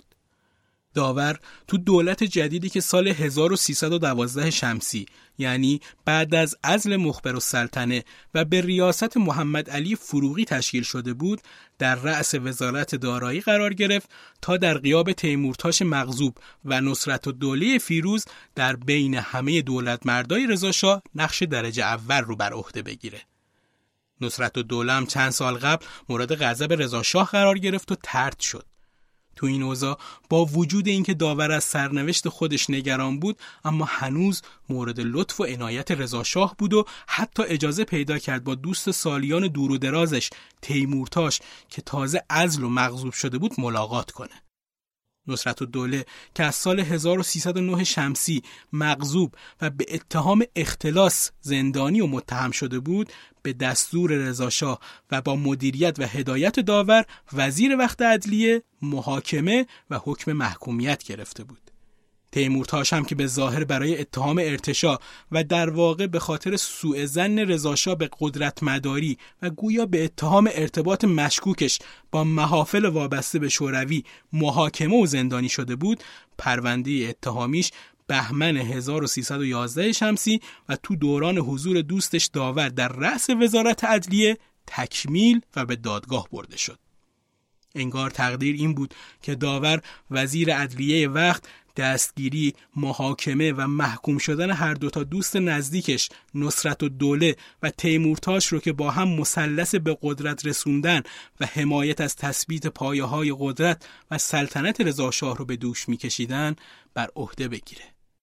داور تو دولت جدیدی که سال 1312 شمسی یعنی بعد از عزل مخبرالسلطنه و به ریاست محمد علی فروغی تشکیل شده بود، در رأس وزارت دارایی قرار گرفت تا در غیاب تیمورتاش مغضوب و نصرتالدوله فیروز در بین همه دولت مردای رضاشاه نقش درجه اول رو بر عهده بگیره. نصرتالدوله هم چند سال قبل مورد غضب رضاشاه قرار گرفت و طرد شد. تو این اوضاع با وجود اینکه داور از سرنوشت خودش نگران بود، اما هنوز مورد لطف و عنایت رضاشاه بود و حتی اجازه پیدا کرد با دوست سالیان دور و درازش تیمورتاش که تازه عزل و مغضوب شده بود ملاقات کنه. نصرتالدوله که از سال 1309 شمسی مغضوب و به اتهام اختلاس زندانی و متهم شده بود، به دستور رضاشاه و با مدیریت و هدایت داور وزیر وقت عدلیه، محاکمه و حکم محکومیت گرفته بود. تیمورتاش هم که به ظاهر برای اتهام ارتشاء و در واقع به خاطر سوء ظن رضاشاه به قدرت مداری و گویا به اتهام ارتباط مشکوکش با محافل وابسته به شوروی محاکمه و زندانی شده بود، پرونده اتهامیش بهمن 1311 شمسی و تو دوران حضور دوستش داور در رأس وزارت عدلیه تکمیل و به دادگاه برده شد. انگار تقدیر این بود که داور وزیر عدلیه وقت دستگیری، محاکمه و محکوم شدن هر دوتا دوست نزدیکش نصرتالدوله و تیمورتاش رو که با هم مثلث به قدرت رسوندن و حمایت از تثبیت پایه‌های قدرت و سلطنت رضاشاه رو به دوش می‌کشیدن بر عهده بگیره.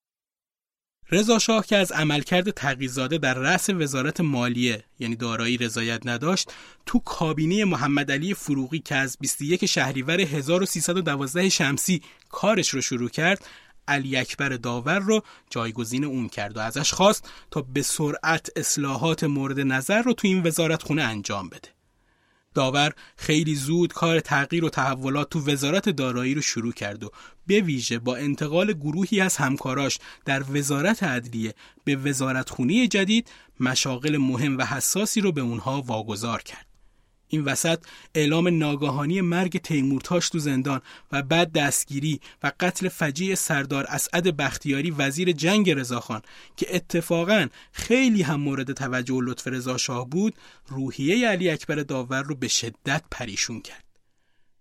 رضاشاه که از عملکرد تقی‌زاده در رأس وزارت مالیه یعنی دارایی رضایت نداشت، تو کابینه محمد علی فروغی که از 21 شهریور 1312 شمسی کارش رو شروع کرد، علی اکبر داور رو جایگزین اون کرد و ازش خواست تا به سرعت اصلاحات مورد نظر رو تو این وزارت خونه انجام بده. داور خیلی زود کار تغییر و تحولات تو وزارت دارایی رو شروع کرد و به ویژه با انتقال گروهی از همکاراش در وزارت عدلیه به وزارتخونه جدید مشاغل مهم و حساسی رو به اونها واگذار کرد. این وسط اعلام ناگهانی مرگ تیمورتاش تو زندان و بعد دستگیری و قتل فجیع سردار اسعد بختیاری وزیر جنگ رضاخان که اتفاقاً خیلی هم مورد توجه و لطف رضاشاه بود، روحیه علی اکبر داور رو به شدت پریشون کرد.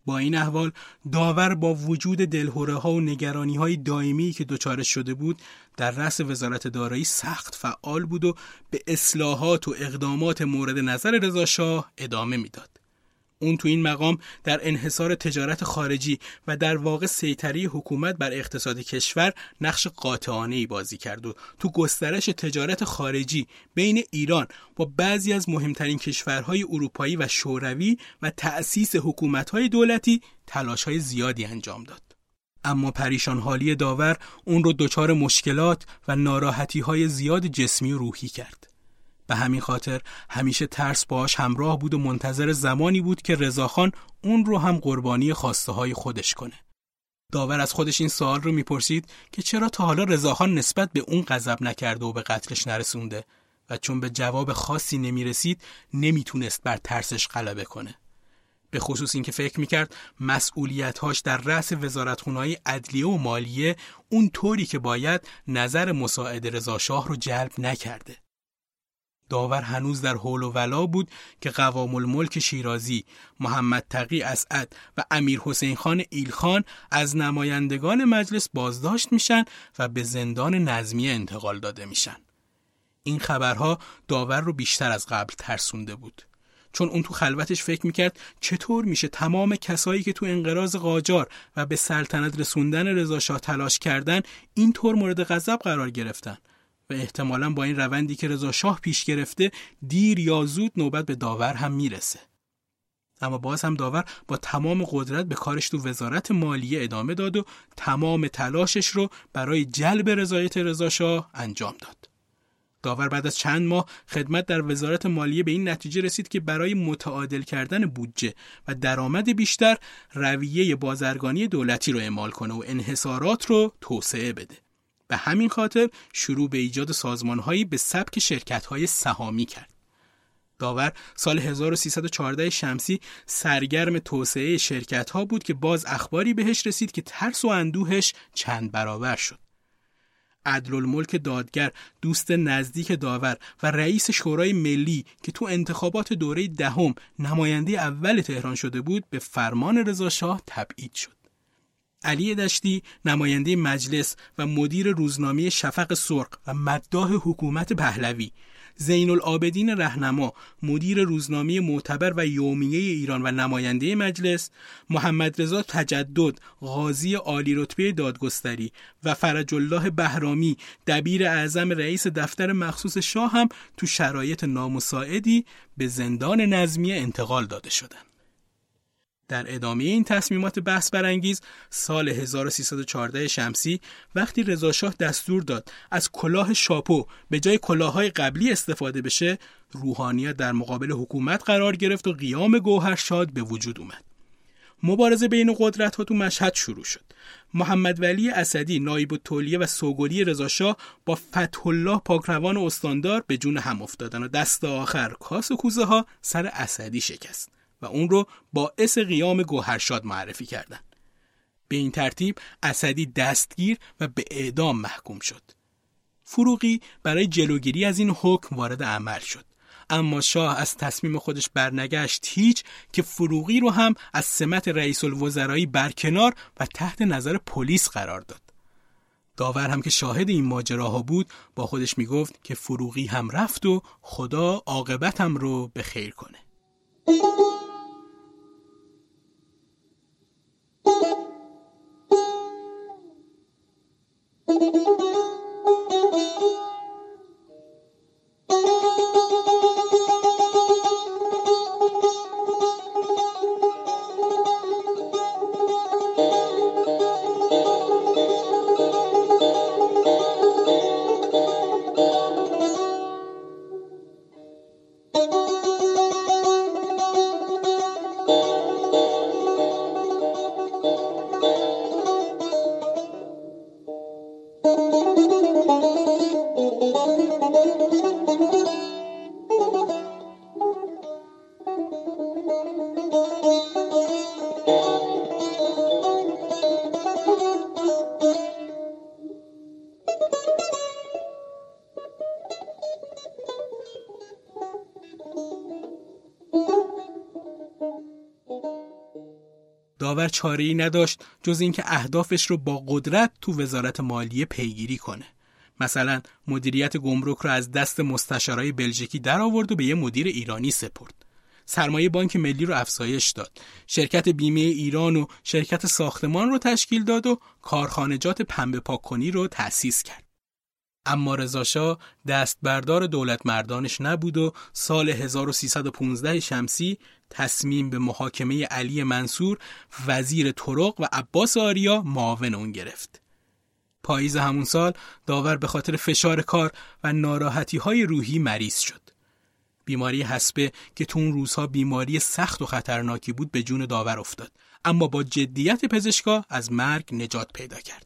با این احوال داور با وجود دلهره‌ها و نگرانی‌های دائمی که دچارش شده بود در رأس وزارت دارایی سخت فعال بود و به اصلاحات و اقدامات مورد نظر رضاشاه ادامه میداد. اون تو این مقام در انحصار تجارت خارجی و در واقع سیطره حکومت بر اقتصاد کشور نقش قاطعانه‌ای بازی کرد و تو گسترش تجارت خارجی بین ایران با بعضی از مهمترین کشورهای اروپایی و شوروی و تأسیس حکومت‌های دولتی تلاش‌های زیادی انجام داد. اما پریشان حالی داور اون رو دچار مشکلات و ناراحتی‌های زیاد جسمی و روحی کرد. به همین خاطر همیشه ترس باهاش همراه بود و منتظر زمانی بود که رضاخان اون رو هم قربانی خواسته های خودش کنه. داور از خودش این سوال رو میپرسید که چرا تا حالا رضاخان نسبت به اون غضب نکرده و به قتلش نرسونده و چون به جواب خاصی نمیرسید نمیتونست بر ترسش غلبه کنه. به خصوص این که فکر میکرد مسئولیت‌هاش در رأس وزارتخونه‌های عدلیه و مالیه اون طوری که باید نظر مساعد رضاشاه رو جلب نکرده. داور هنوز در حول و ولا بود که قوام الملک شیرازی، محمد تقی اسعد و امیر حسین خان ایلخان از نمایندگان مجلس بازداشت میشن و به زندان نظمیه انتقال داده میشن. این خبرها داور رو بیشتر از قبل ترسونده بود. چون اون تو خلوتش فکر میکرد چطور میشه تمام کسایی که تو انقراض قاجار و به سلطنت رسوندن رضاشاه تلاش کردن این طور مورد غضب قرار گرفتن و احتمالاً با این روندی که رضاشاه پیش گرفته دیر یا زود نوبت به داور هم میرسه. اما باز هم داور با تمام قدرت به کارش تو وزارت مالیه ادامه داد و تمام تلاشش رو برای جلب رضایت رضاشاه انجام داد. داور بعد از چند ماه خدمت در وزارت مالیه به این نتیجه رسید که برای متعادل کردن بودجه و درآمد بیشتر رویه بازرگانی دولتی رو اعمال کنه و انحصارات رو توسعه بده. به همین خاطر شروع به ایجاد سازمان‌هایی به سبک شرکت‌های سهامی کرد. داور سال 1314 شمسی سرگرم توسعه شرکت‌ها بود که باز اخباری بهش رسید که ترس و اندوهش چند برابر شد. عدل‌الملک دادگر، دوست نزدیک داور و رئیس شورای ملی که تو انتخابات دوره دهم نماینده اول تهران شده بود به فرمان رضاشاه تبعید شد. علی دشتی نماینده مجلس و مدیر روزنامه شفق سرخ و مداح حکومت پهلوی، زین العابدین رهنما مدیر روزنامه معتبر و یومیه ایران و نماینده مجلس، محمد رضا تجدد قاضی عالی رتبه دادگستری و فرج الله بهرامی دبیر اعظم رئیس دفتر مخصوص شاه هم تو شرایط نامساعدی به زندان نظمیه انتقال داده شدند. در ادامه این تصمیمات بحث برانگیز سال 1314 شمسی وقتی رضاشاه دستور داد از کلاه شاپو به جای کلاه‌های قبلی استفاده بشه، روحانیت در مقابل حکومت قرار گرفت و قیام گوهرشاد به وجود اومد. مبارزه بین قدرت‌ها تو مشهد شروع شد. محمد ولی اسدی نایب التولیه و سوگلی رضاشاه با فتح الله پاکروان استاندار به جون هم افتادن و دست آخر کاس و کوزه ها سر اسدی شکست و اون رو باعث قیام گوهرشاد معرفی کردن. به این ترتیب اسدی دستگیر و به اعدام محکوم شد. فروغی برای جلوگیری از این حکم وارد عمل شد. اما شاه از تصمیم خودش برنگشت هیچ که فروغی رو هم از سمت رئیس الوزرایی برکنار و تحت نظر پلیس قرار داد. داور هم که شاهد این ماجراها بود با خودش میگفت که فروغی هم رفت و خدا عاقبتم رو به خیر کنه. داور چاره‌ای نداشت جز اینکه اهدافش رو با قدرت تو وزارت مالیه پیگیری کنه. مثلا مدیریت گمرک رو از دست مستشارای بلژیکی در آورد و به یه مدیر ایرانی سپرد. سرمایه بانک ملی رو افزایش داد. شرکت بیمه ایران و شرکت ساختمان رو تشکیل داد و کارخانجات پنبه پاک‌کنی رو تأسیس کرد. اما رضا شاه دست بردار دولت مردانش نبود و سال 1315 شمسی تصمیم به محاکمه علی منصور وزیر طرق و عباس آریا معاون اون گرفت. پاییز همون سال داور به خاطر فشار کار و ناراحتی‌های روحی مریض شد. بیماری حصبه که تو اون روزها بیماری سخت و خطرناکی بود به جون داور افتاد، اما با جدیت پزشکا از مرگ نجات پیدا کرد.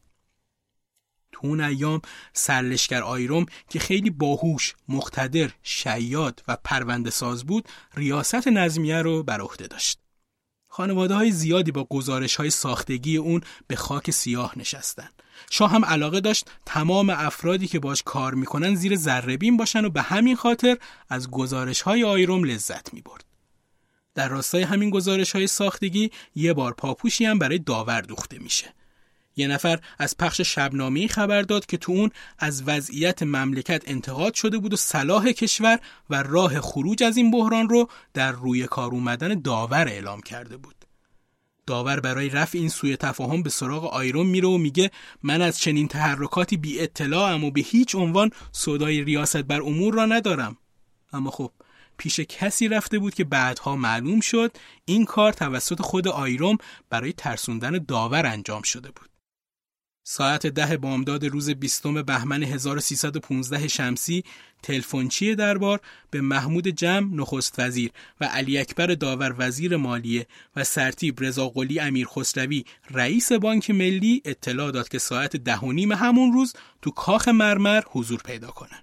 تو اون ایام سرلشکر آیرم که خیلی باهوش، مقتدر، شیاد و پرونده ساز بود، ریاست نظمیه رو بر عهده داشت. خانواده‌های زیادی با گزارش‌های ساختگی اون به خاک سیاه نشستن. شاه هم علاقه داشت تمام افرادی که باش کار میکنن زیر ذره‌بین باشن و به همین خاطر از گزارش‌های آیرم لذت می‌برد. در راستای همین گزارش‌های ساختگی یه بار پاپوشی هم برای داور دوخته میشه. یه نفر از پخش شبنامه‌ای خبر داد که تو اون از وضعیت مملکت انتقاد شده بود و صلاح کشور و راه خروج از این بحران رو در روی کار اومدن داور اعلام کرده بود. داور برای رفع این سوء تفاهم به سراغ آیرم میره و میگه من از چنین تحرکاتی بی اطلاعم و به هیچ عنوان سودای ریاست بر امور را ندارم. اما خب پیش کسی رفته بود که بعدها معلوم شد این کار توسط خود آیرم برای ترسوندن داور انجام شده بود. ساعت 10 بامداد روز 20 بهمن 1315 شمسی تلفنچی دربار به محمود جم نخست وزیر و علی اکبر داور وزیر مالیه و سرتیپ رضاقلی امیرخسروی رئیس بانک ملی اطلاع داد که ساعت 10:30 همون روز تو کاخ مرمر حضور پیدا کنن.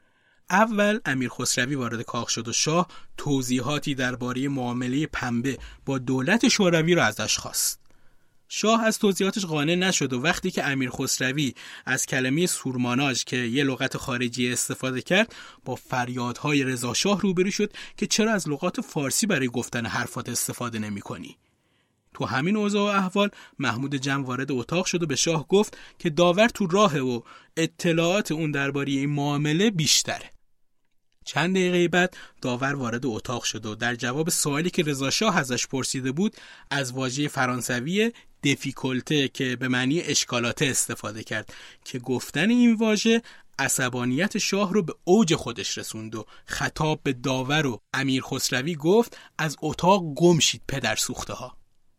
اول امیرخسروی وارد کاخ شد و شاه توضیحاتی درباره معامله پنبه با دولت شوروی را ازش خواست. شاه از توضیحاتش قانع نشد و وقتی که امیرخسروی از کلمه سورماناژ که یه لغت خارجی استفاده کرد با فریادهای رضا شاه روبرو شد که چرا از لغات فارسی برای گفتن حرفات استفاده نمی‌کنی. تو همین اوضاع و احوال محمود جم وارد اتاق شد و به شاه گفت که داور تو راهه و اطلاعات اون درباره این معامله بیشتره. چند دقیقه بعد داور وارد اتاق شد و در جواب سوالی که رضا شاه ازش پرسیده بود از واژه فرانسوی دیفیکولته که به معنی اشکالاته استفاده کرد که گفتن این واژه عصبانیت شاه رو به اوج خودش رسوند و خطاب به داور و امیرخسروی گفت از اتاق گم شید پدر سوخته ها.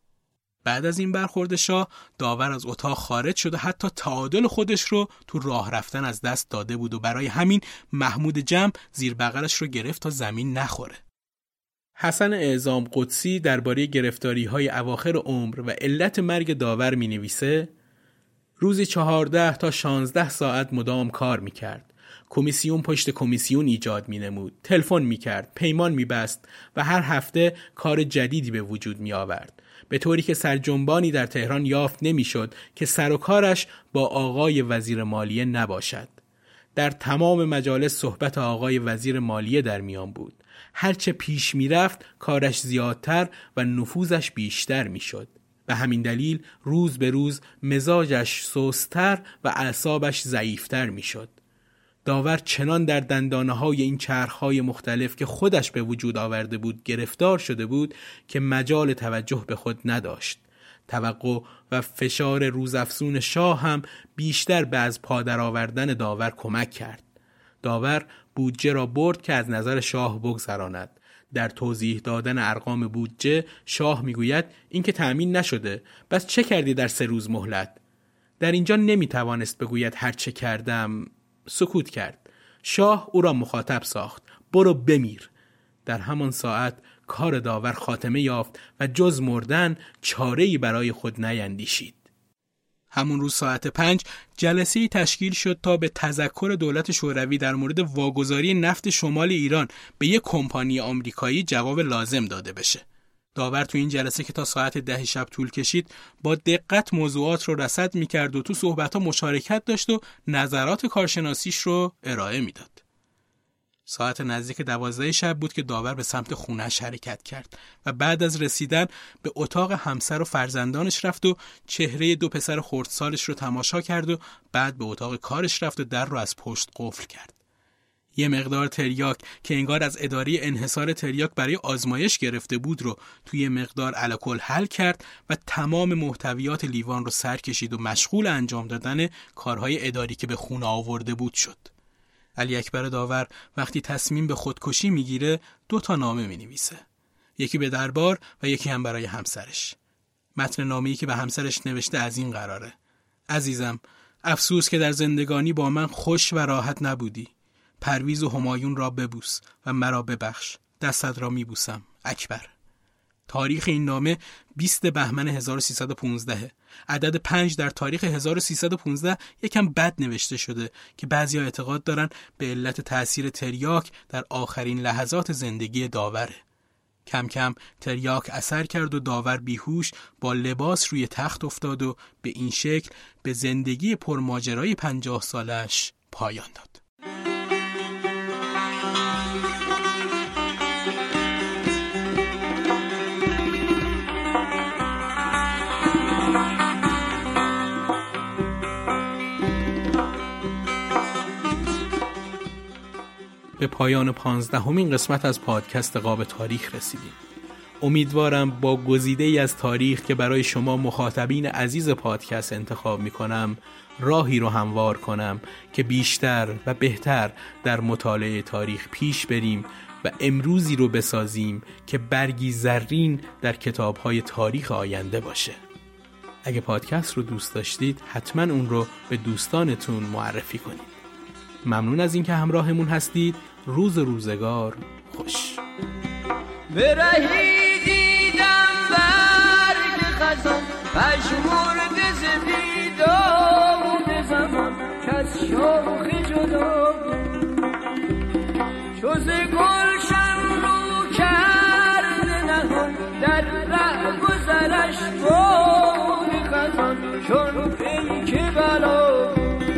بعد از این برخورد شاه داور از اتاق خارج شد و حتی تعادل خودش رو تو راه رفتن از دست داده بود و برای همین محمود جم زیر بغلش رو گرفت تا زمین نخوره. حسن اعظام قدسی درباره گرفتاری‌های اواخر عمر و علت مرگ داور می‌نویسه روزی 14 تا 16 ساعت مدام کار می‌کرد. کمیسیون پشت کمیسیون ایجاد می‌نمود، تلفن می‌کرد، پیمان می‌بست و هر هفته کار جدیدی به وجود می‌آورد. به طوری که سرجنبانی در تهران یافت نمی‌شد که سر و کارش با آقای وزیر مالیه نباشد. در تمام مجالس صحبت آقای وزیر مالیه در میان بود. هرچه پیش میرفت کارش زیادتر و نفوذش بیشتر میشد. به همین دلیل روز به روز مزاجش سست‌تر و اعصابش ضعیف‌تر میشد. داور چنان در دندانه‌های این چرخ‌های مختلف که خودش به وجود آورده بود گرفتار شده بود که مجال توجه به خود نداشت. توقع و فشار روزافزون شاه هم بیشتر به از پا درآوردن داور کمک کرد. داور بودجه را برد که از نظر شاه بگذراند. در توضیح دادن ارقام بودجه شاه میگوید این که تأمین نشده، بس چه کردی در 3 روز مهلت؟ در اینجا نمیتوانست بگوید هر چه کردم، سکوت کرد. شاه او را مخاطب ساخت، برو بمیر. در همان ساعت کار داور خاتمه یافت و جز مردن چاره‌ای برای خود نیندیشید. همون روز ساعت 5 جلسه‌ای تشکیل شد تا به تذکر دولت شوروی در مورد واگذاری نفت شمال ایران به یک کمپانی آمریکایی جواب لازم داده بشه. داور تو این جلسه که تا ساعت 10 شب طول کشید با دقت موضوعات رو رصد می‌کرد و تو صحبت‌ها مشارکت داشت و نظرات کارشناسیش رو ارائه میداد. ساعت نزدیک 12 شب بود که داور به سمت خونه‌اش حرکت کرد و بعد از رسیدن به اتاق همسر و فرزندانش رفت و چهره 2 پسر خردسالش رو تماشا کرد و بعد به اتاق کارش رفت و در رو از پشت قفل کرد. یه مقدار تریاک که انگار از اداره انحصار تریاک برای آزمایش گرفته بود رو توی مقدار الکل حل کرد و تمام محتویات لیوان رو سر کشید و مشغول انجام دادن کارهای اداری که به خونه آورده بود شد. علی اکبر داور وقتی تصمیم به خودکشی میگیره 2 تا نامه مینویسه. یکی به دربار و یکی هم برای همسرش. متن نامه‌ای که به همسرش نوشته از این قراره: عزیزم، افسوس که در زندگانی با من خوش و راحت نبودی. پرویز و همایون را ببوس و مرا ببخش. دستت را میبوسم. اکبر. تاریخ این نامه 20 بهمن 1315. عدد 5 در تاریخ 1315 یکم بد نوشته شده که بعضیا اعتقاد دارن به علت تأثیر تریاک در آخرین لحظات زندگی داوره. کم کم تریاک اثر کرد و داور بیهوش با لباس روی تخت افتاد و به این شکل به زندگی پرماجرای 50 سالش پایان داد. به پایان 15مین قسمت از پادکست قاب تاریخ رسیدیم. امیدوارم با گزیده‌ای از تاریخ که برای شما مخاطبین عزیز پادکست انتخاب می‌کنم راهی رو هموار کنم که بیشتر و بهتر در مطالعه تاریخ پیش بریم و امروزی رو بسازیم که برگی زرین در کتاب‌های تاریخ آینده باشه. اگه پادکست رو دوست داشتید حتما اون رو به دوستانتون معرفی کنید. ممنون از اینکه همراهمون هستید. روزگار خوش. برهی دیدم برگ خزان پژمرده ز بیداد زمان کز شاخ جدا چو ز گلشن رو کرده نهان در ره گذرش باد خزان چون پیک بلا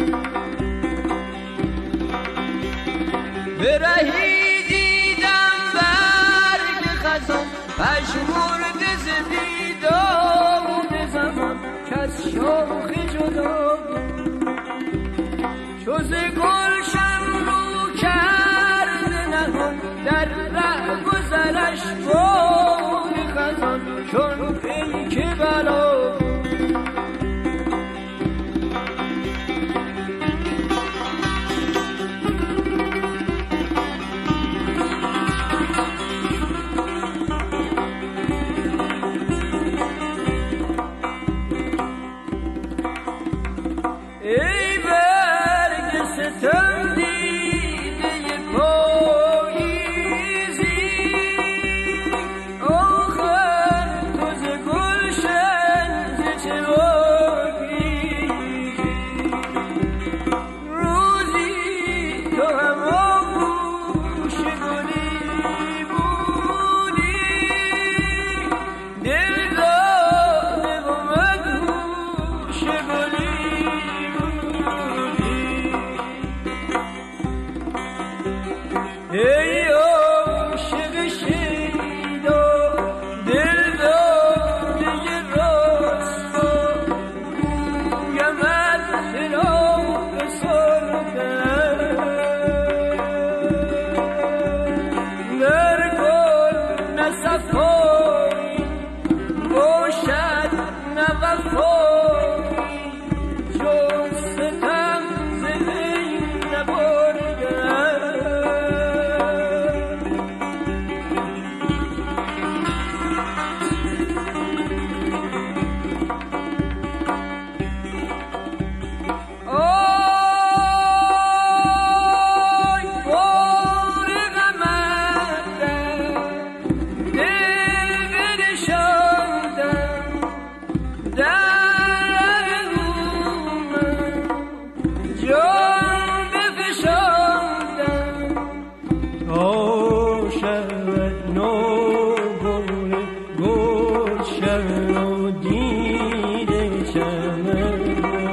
برهی دیدم برگ خزان پژمرده ز بیداد زمان کز شاخ جدا چو ز گلشن رو کرده نهان در ره گذرش باد خزان چون پیک بلا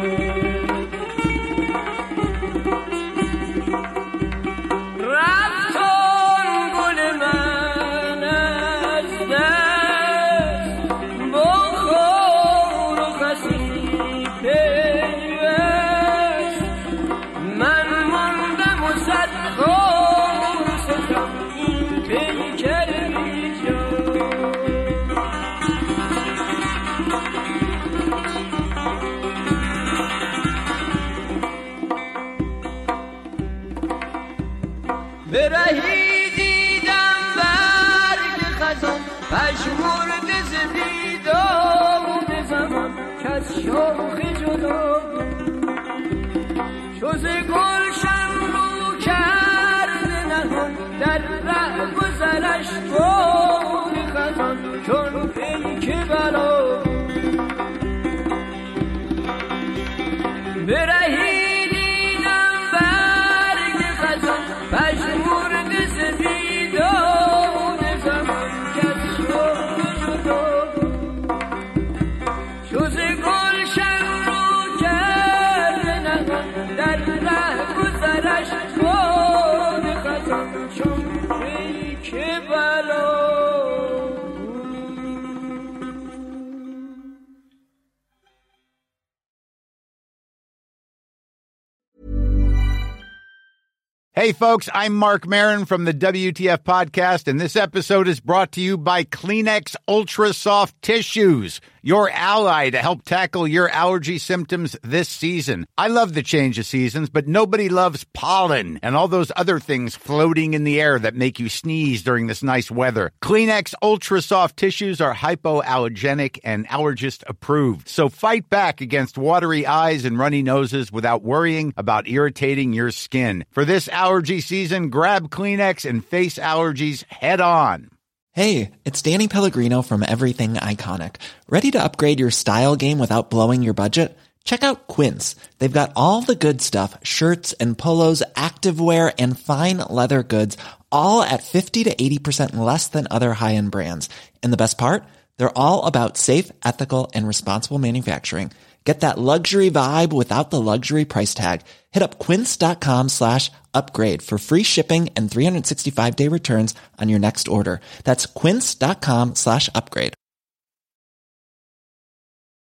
رفتم خزان پژمرده ز بیداد زمان کز شاخ جدا چو ز گلشن رو کرده نهان در ره گذرش باد خزان چون پیک بلا برهیدینم برگ خزان پژمرده ز بیداد زمان کز شاخ جدا چو ز گلشن رو کرده نهان در ره گذرش باد خزان چون پیک بلا. Hey, folks, I'm Mark Maron from the WTF Podcast, and this episode is brought to you by Kleenex Ultra Soft Tissues, your ally to help tackle your allergy symptoms this season. I love the change of seasons, but nobody loves pollen and all those other things floating in the air that make you sneeze during this nice weather. Kleenex Ultra Soft Tissues are hypoallergenic and allergist approved, so fight back against watery eyes and runny noses without worrying about irritating your skin. For this allergy season, grab Kleenex and face allergies head on. Hey, it's Danny Pellegrino from Everything Iconic. Ready to upgrade your style game without blowing your budget? Check out Quince. They've got all the good stuff, shirts and polos, activewear, and fine leather goods, all at 50 to 80% less than other high-end brands. And the best part? They're all about safe, ethical, and responsible manufacturing. Get that luxury vibe without the luxury price tag. Hit up quince.com/upgrade for free shipping and 365-day returns on your next order. That's quince.com/upgrade.